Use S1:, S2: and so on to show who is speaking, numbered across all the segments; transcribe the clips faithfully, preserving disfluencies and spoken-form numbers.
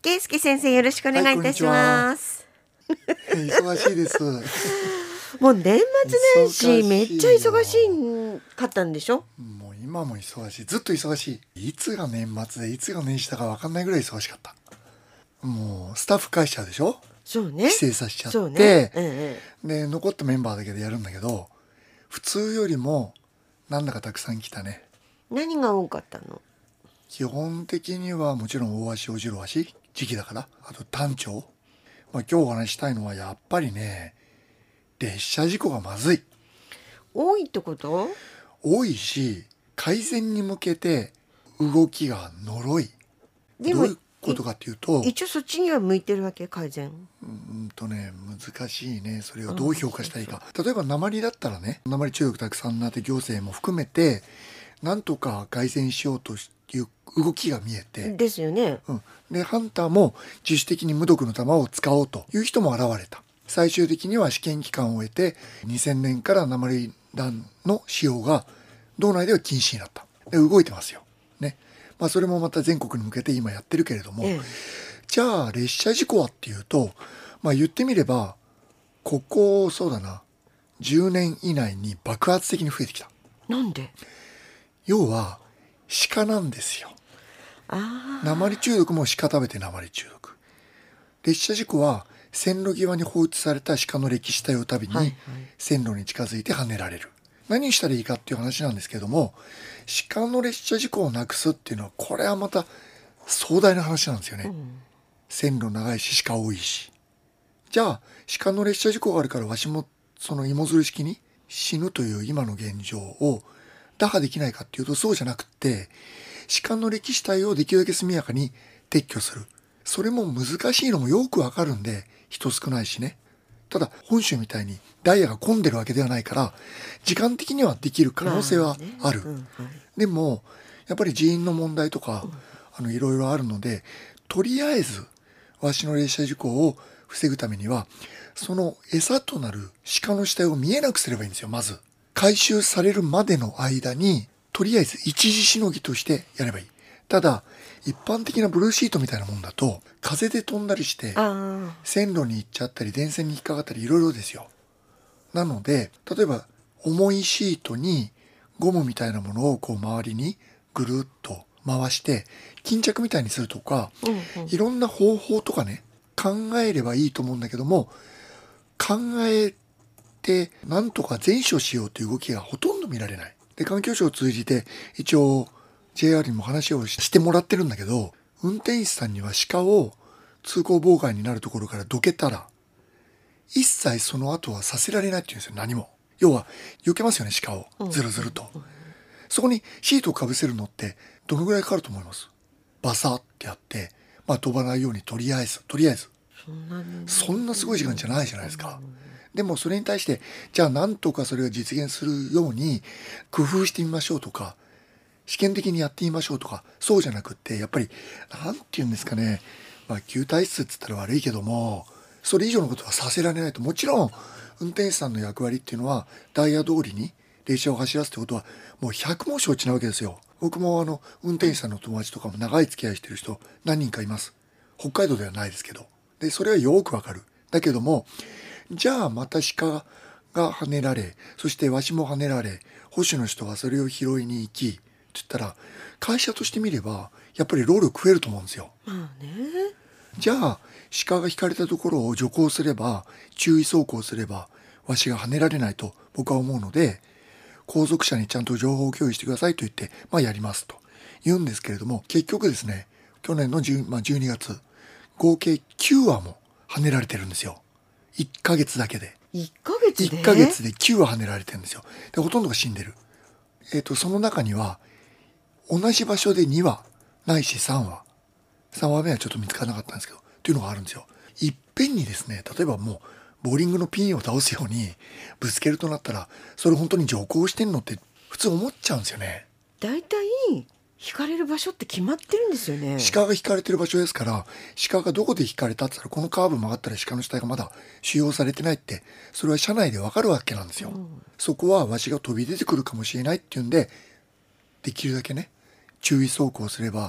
S1: 圭介先生、よろしくお願いいたします。
S2: はい、忙しいです。
S1: もう年末年始めっちゃ忙しいかったんでしょ。
S2: もう今も忙しい、ずっと忙しい。いつが年末でいつが年始だか分かんないぐらい忙しかった。もうスタッフ返しちゃうでしょ。
S1: そうね、
S2: 帰省させちゃって、
S1: ね、え
S2: えで残ったメンバーだけでやるんだけど、普通よりもなんだかたくさん来たね。
S1: 何が多かったの？
S2: 基本的にはもちろん大足おじろ足時期だから、あと単調、まあ、今日お話したいのはやっぱりね、列車事故がまずい。
S1: 多いってこと？
S2: 多いし、改善に向けて動きが呪い。
S1: でも
S2: どういうことかっていうと、
S1: 一応そっちには向いてるわけ、改善。
S2: うんとね、難しいね。それをどう評価したらいいか。例えば鉛だったらね、鉛中毒たくさんになって行政も含めてなんとか改善しようという動きが見えて
S1: ですよね、
S2: うん、でハンターも自主的に無毒の弾を使おうという人も現れた。最終的には試験期間を終えてにせんねんから鉛弾の使用が道内では禁止になった。で動いてますよ、ね。まあ、それもまた全国に向けて今やってるけれども、ええ、じゃあ列車事故はっていうと、まあ、言ってみればここそうだなじゅうねん以内に爆発的に増えてきた。
S1: なんで？
S2: 要は鹿なんですよ。
S1: あ、
S2: 鉛中毒も鹿食べて鉛中毒。列車事故は線路際に放置された鹿の歴史体をたびに線路に近づいて跳ねられる。何したらいいかっていう話なんですけども、鹿の列車事故をなくすっていうのはこれはまた壮大な話なんですよね、うん、線路長いし鹿多いし。じゃあ鹿の列車事故があるからわしもその芋づる式に死ぬという今の現状を打破できないかっていうと、そうじゃなくって、鹿の歴史体をできるだけ速やかに撤去する。それも難しいのもよくわかるんで、人少ないしね。ただ本州みたいにダイヤが混んでるわけではないから、時間的にはできる可能性はある、まあね、うんはい、でもやっぱり人員の問題とか、うん、あのいろいろあるので、とりあえずわしの列車事故を防ぐためには、その餌となる鹿の死体を見えなくすればいいんですよ。まず回収されるまでの間にとりあえず一時しのぎとしてやればいい。ただ一般的なブルーシートみたいなもんだと風で飛んだりして線路に行っちゃったり電線に引っかかったりいろいろですよ。なので例えば重いシートにゴムみたいなものをこう周りにぐるっと回して巾着みたいにするとか、うんうん、いろんな方法とかね考えればいいと思うんだけども、考えてなんとか善処しようという動きがほとんど見られない。で環境省を通じて一応 ジェイアール にも話をしてもらってるんだけど、運転手さんには鹿を通行妨害になるところからどけたら一切その後はさせられないっていうんですよ。何も。要は避けますよね、鹿をずるずると、うん、そこにシートをかぶせるのってどのぐらいかかると思います？バサッってやって、まあ、飛ばないようにとりあえずとりあえずそんなにそんなすごい時間じゃないじゃないですか、うん、でもそれに対してじゃあなんとかそれを実現するように工夫してみましょうとか試験的にやってみましょうとか、そうじゃなくってやっぱりなんて言うんですかね、まあ旧体質っつったら悪いけどもそれ以上のことはさせられないと。もちろん運転手さんの役割っていうのはダイヤ通りに列車を走らすってことはもうひゃくも承知なわけですよ。僕もあの運転手さんの友達とかも長い付き合いしてる人何人かいます。北海道ではないですけど。でそれはよくわかる。だけどもじゃあまた鹿が跳ねられ、そしてわしも跳ねられ、保守の人がそれを拾いに行きって言ったら会社としてみればやっぱり労力増えると思うんですよ。
S1: まあね。
S2: じゃあ鹿が引かれたところを徐行すれば注意走行すればわしが跳ねられないと僕は思うので、後続車にちゃんと情報を共有してくださいと言って、まあ、やりますと言うんですけれども、結局ですね去年のじゅう、まあ、じゅうにがつ合計きゅうわも跳ねられてるんですよ。いっかげつだけで
S1: いっかげつで
S2: いっかげつできゅうわ跳ねられてるんですよ。でほとんどが死んでる。えっとその中には同じ場所でにわないしさんわさんわめはちょっと見つからなかったんですけどっていうのがあるんですよ。いっぺんにですね、例えばもうボーリングのピンを倒すようにぶつけるとなったらそれ本当に徐行してんのって普通思っちゃうんですよね。
S1: だいたい引かれる場所って決まってるんですよね。
S2: 鹿が引かれてる場所ですから、鹿がどこで引かれたって言ったらこのカーブ曲がったら鹿の死体がまだ収容されてないってそれは車内でわかるわけなんですよ、うん、そこはわしが飛び出てくるかもしれないっていうんでできるだけね注意走行すれば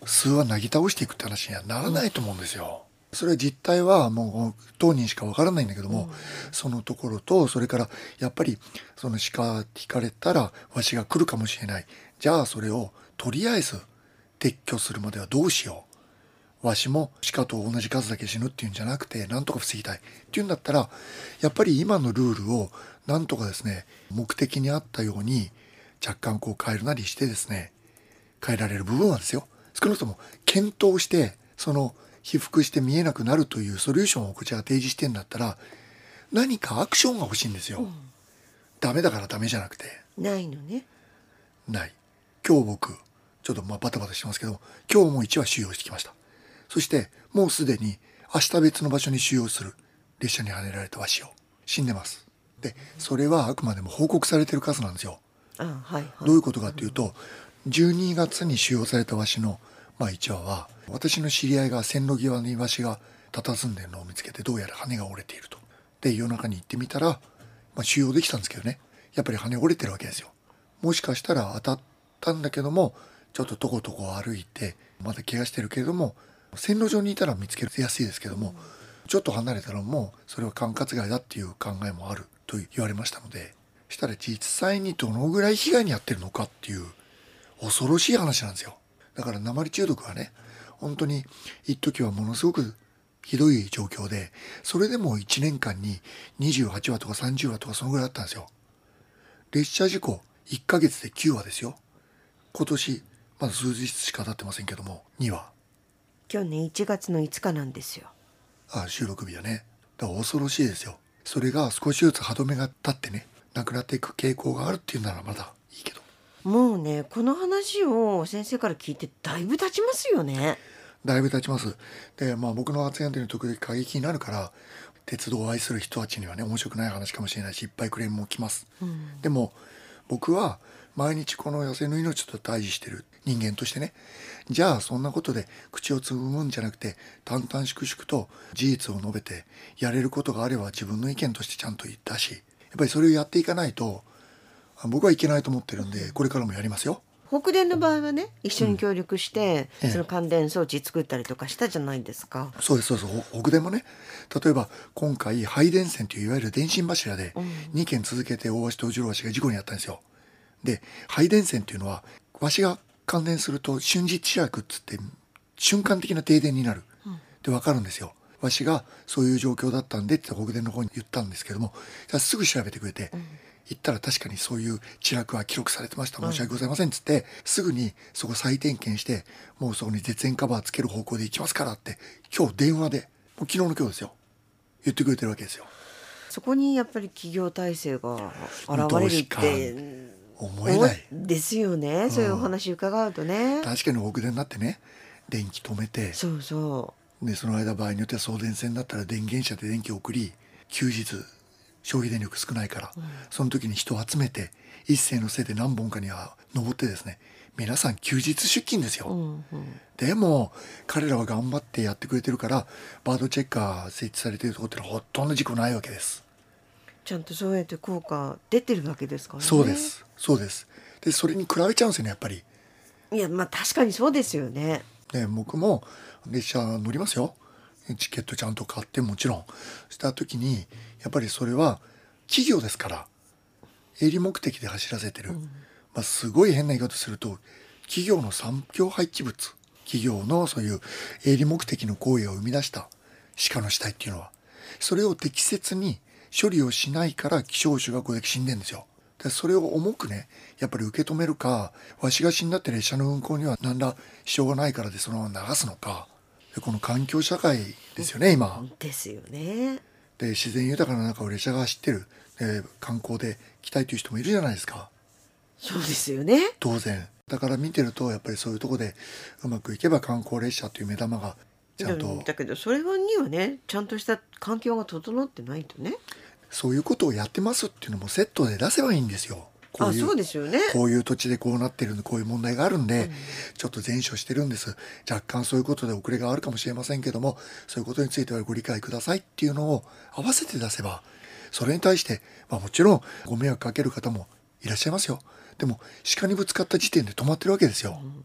S2: 数はなぎ倒していくって話にはならないと思うんですよ。それは実態はもう当人しかわからないんだけども、うん、そのところと、それからやっぱりその鹿引かれたらわしが来るかもしれない。じゃあそれをとりあえず撤去するまではどうしよう。わしも鹿と同じ数だけ死ぬっていうんじゃなくて、なんとか防ぎたいっていうんだったら、やっぱり今のルールをなんとかですね、目的に合ったように若干こう変えるなりしてですね、変えられる部分はですよ、少なくとも検討して、その被服して見えなくなるというソリューションをこちらが提示してんだったら、何かアクションが欲しいんですよ、うん、ダメだからダメじゃなくて。
S1: ないのね。
S2: ない。今日僕ちょっとまあバタバタしてますけど、今日もいちわ収容してきました。そしてもうすでに明日別の場所に収容する列車にはねられたワシを死んでます。でそれはあくまでも報告されてる数なんですよ。
S1: あ、はいはい、
S2: どういうことかというと、じゅうにがつに収容されたワシのまあいちわは、私の知り合いが線路際にワシが佇んでるのを見つけて、どうやら羽が折れていると。で夜中に行ってみたら、まあ、収容できたんですけどね、やっぱり羽折れてるわけですよ。もしかしたら当たったんだけども、ちょっととことこ歩いてまだ怪我してるけれども、線路上にいたら見つけやすいですけども、うん、ちょっと離れたらもうそれは管轄外だっていう考えもあると言われましたので、したら実際にどのぐらい被害に遭ってるのかっていう恐ろしい話なんですよ。だから鉛中毒はね、本当に一時はものすごくひどい状況で、それでもいちねんかんににじゅうはちわとかさんじゅうわとかそのぐらいあったんですよ。列車事故いっかげつできゅうわですよ。今年まだ数日しか経ってませんけどもにわ。
S1: 去年いちがつのいつかなんですよ。
S2: ああ、収録日はね。だから恐ろしいですよ。それが少しずつ歯止めが立ってね、なくなっていく傾向があるっていうならまだいいけど、
S1: もうね、この話を先生から聞いてだいぶ経ちますよね。
S2: だいぶ経ちます。で、まあ僕の発言というのは時々過激になるから、鉄道を愛する人たちにはね面白くない話かもしれないし、いっぱいクレームも来ます、うん、でも僕は毎日この野生の命と対峙してる人間としてね、じゃあそんなことで口をつぐむんじゃなくて、淡々粛々と事実を述べて、やれることがあれば自分の意見としてちゃんと言ったし、やっぱりそれをやっていかないと僕はいけないと思ってるんで、これからもやりますよ。
S1: 北電の場合はね、一緒に協力して、うん、その関電装置作ったりとかしたじゃないですか。
S2: ええ、そうですそうです。北電もね、例えば今回廃電線といういわゆる電信柱でにけん続けて大橋と次郎橋が事故に遭ったんですよ。で廃電線というのは、わしが感電すると瞬時知略っつって瞬間的な停電になるって分かるんですよ。わしがそういう状況だったんでって北電の方に言ったんですけども、すぐ調べてくれて、うん、言ったら確かにそういう知略は記録されてました、申し訳ございませんっつって、うん、すぐにそこ再点検して、もうそこに絶縁カバーつける方向で行きますからって今日電話で、もう昨日の今日ですよ、言ってくれてるわけですよ。
S1: そこにやっぱり企業体制が現れるって
S2: 思えない
S1: ですよね、うん、そういうお話伺うとね。
S2: 確かに北電になってね、電気止めて、
S1: そうそう
S2: でその間場合によっては送電線だったら電源車で電気を送り、休日消費電力少ないから、うん、その時に人を集めて一斉のせいで何本かには登ってですね、皆さん休日出勤ですよ、うんうん、でも彼らは頑張ってやってくれてるから、バードチェッカー設置されているところってのはほとんど事故ないわけです。
S1: ちゃんとそうやって効果出てるわけですからね。
S2: そうですそうです。でそれに比べちゃうんですよね、やっぱり。
S1: いや、まあ確かにそうですよね。
S2: で僕も列車乗りますよ、チケットちゃんと買って、もちろんした時に、やっぱりそれは企業ですから、営利目的で走らせてる、うん、まあ、すごい変な言い方すると企業の産業廃棄物、企業のそういう営利目的の行為を生み出した鹿の死体っていうのは、それを適切に処理をしないから希少種がこれだけ死んでるんですよ。でそれを重くね、やっぱり受け止めるか、わしが死んだって列車の運行には何ら支障がないからでそのまま流すのか、でこの環境社会ですよね今。
S1: ですよね。
S2: で自然豊かな中を列車が走ってる、で観光で来たいという人もいるじゃないですか。
S1: そうですよね、
S2: 当然。だから見てるとやっぱりそういうとこでうまくいけば観光列車という目玉がちゃんと。
S1: だけどそれにはね、ちゃんとした環境が整ってないとね。
S2: そういうことをやってますっていうのもセットで出せばいいんですよ。こういう、
S1: あ、そうですよね。
S2: こういう土地でこうなってるんで、こういう問題があるんで、うん、ちょっと前処してるんです。若干そういうことで遅れがあるかもしれませんけども、そういうことについてはご理解くださいっていうのを合わせて出せば、それに対して、まあ、もちろんご迷惑かける方もいらっしゃいますよ。でも鹿にぶつかった時点で止まってるわけですよ。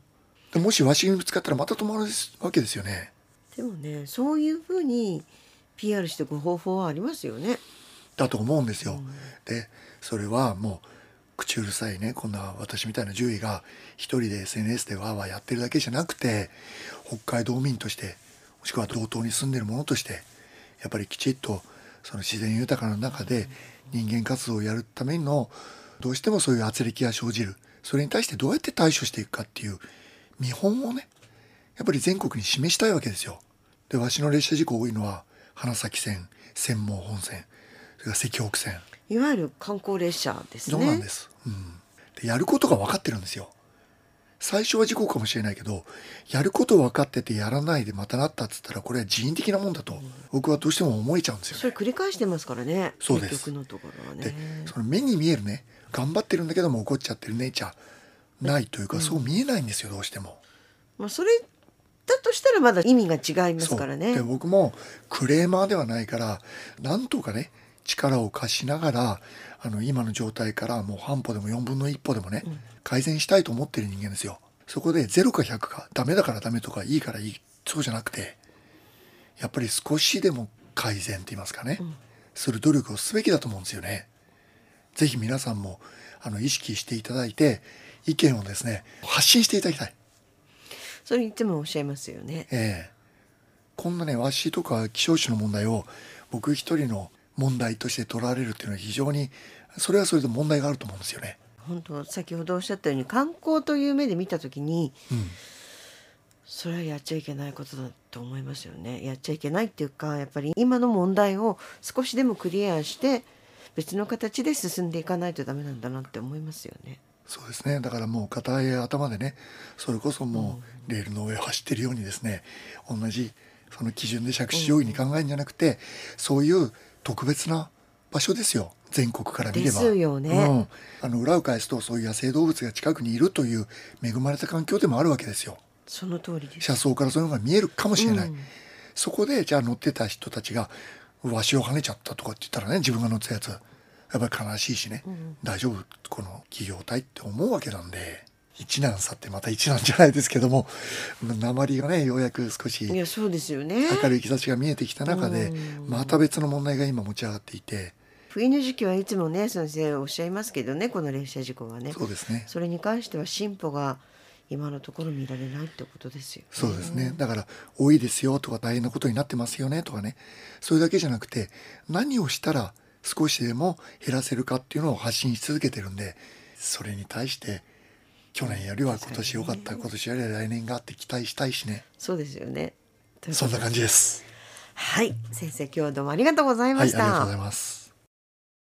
S2: でもしわしにぶつかったらまた止まるわけですよね。
S1: でもね、そういうふうに ピーアール していく方法はありますよね。
S2: だと思うんですよ。
S1: うん、
S2: でそれはもう口うるさいね、こんな私みたいな獣医が一人で エスエヌエス でわーわーやってるだけじゃなくて、北海道民としてもしくは道東に住んでる者としてやっぱりきちっとその自然豊かな中で人間活動をやるためのどうしてもそういう圧力が生じる、それに対してどうやって対処していくかっていう見本をね、やっぱり全国に示したいわけですよ。でわしの列車事故多いのは花咲線、専門本線、それから石北線、
S1: いわゆる観光列車ですね。
S2: そうなんです、うん、でやることが分かってるんですよ。最初は事故かもしれないけど、やること分かっててやらないでまたなったっつったらこれは人為的なもんだと僕はどうしても思えちゃうんですよね。
S1: それ繰り返してますからね。
S2: そうです。
S1: 結局のところはね。
S2: でその目に見えるね、頑張ってるんだけども怒っちゃってるねじゃないというか、そう見えないんですよどうしても。
S1: まあ、それだとしたらまだ意味が違いますからね。
S2: で僕もクレーマーではないからなんとかね力を貸しながらあの今の状態からもう半歩でもよんぶんのいっぽでもね、うん、改善したいと思ってる人間ですよ。そこでゼロかひゃくかダメだからダメとかいいからいい、そうじゃなくてやっぱり少しでも改善って言いますかね、うん、する努力をすべきだと思うんですよね。ぜひ皆さんもあの意識していただいて意見をですね発信していただきたい。
S1: それいつもおっしゃいますよね。
S2: ええ、こんなねワシとか気象種の問題を僕一人の問題として取られるっていうのは非常にそれはそれで問題があると思うんですよね。
S1: 本当先ほどおっしゃったように観光という目で見たときに、うん、それはやっちゃいけないことだと思いますよね。やっちゃいけないっていうかやっぱり今の問題を少しでもクリアして別の形で進んでいかないとダメなんだなって思いますよね。
S2: そうですね。だからもう片い頭でねそれこそもうレールの上を走ってるようにですね、同じその基準で着手定規に考えるんじゃなくて、うん、そういう特別な場所ですよ全国から見れば。
S1: ですよね、
S2: うん、あの裏を返すとそういう野生動物が近くにいるという恵まれた環境でもあるわけですよ。
S1: その通りです。
S2: 車窓からそういうのが見えるかもしれない、
S1: うん、
S2: そこでじゃあ乗ってた人たちがわしを跳ねちゃったとかって言ったらね、自分が乗ってたやつやっぱり悲しいしね、うん、大丈夫この企業体って思うわけなんで、一難去ってまた一難じゃないですけども、鉛がねようやく少し
S1: いやそうですよね、
S2: 明るい兆しが見えてきた中で、また別の問題が今持ち上がっていて、
S1: 冬の時期はいつもね先生おっしゃいますけどね、この列車事故はね、
S2: そうですね、
S1: それに関しては進歩が今のところ見られないってことですよね。
S2: そうですね。だから多いですよとか大変なことになってますよねとかね、それだけじゃなくて何をしたら少しでも減らせるかっていうのを発信し続けてるんで、それに対して去年よりは今年良かった、今年よりは来年があって期待したいしね。
S1: そうですよね。
S2: そんな感じです。
S1: はい、先生今日はどうもありがとうございました。
S2: はい、ありがとうございます。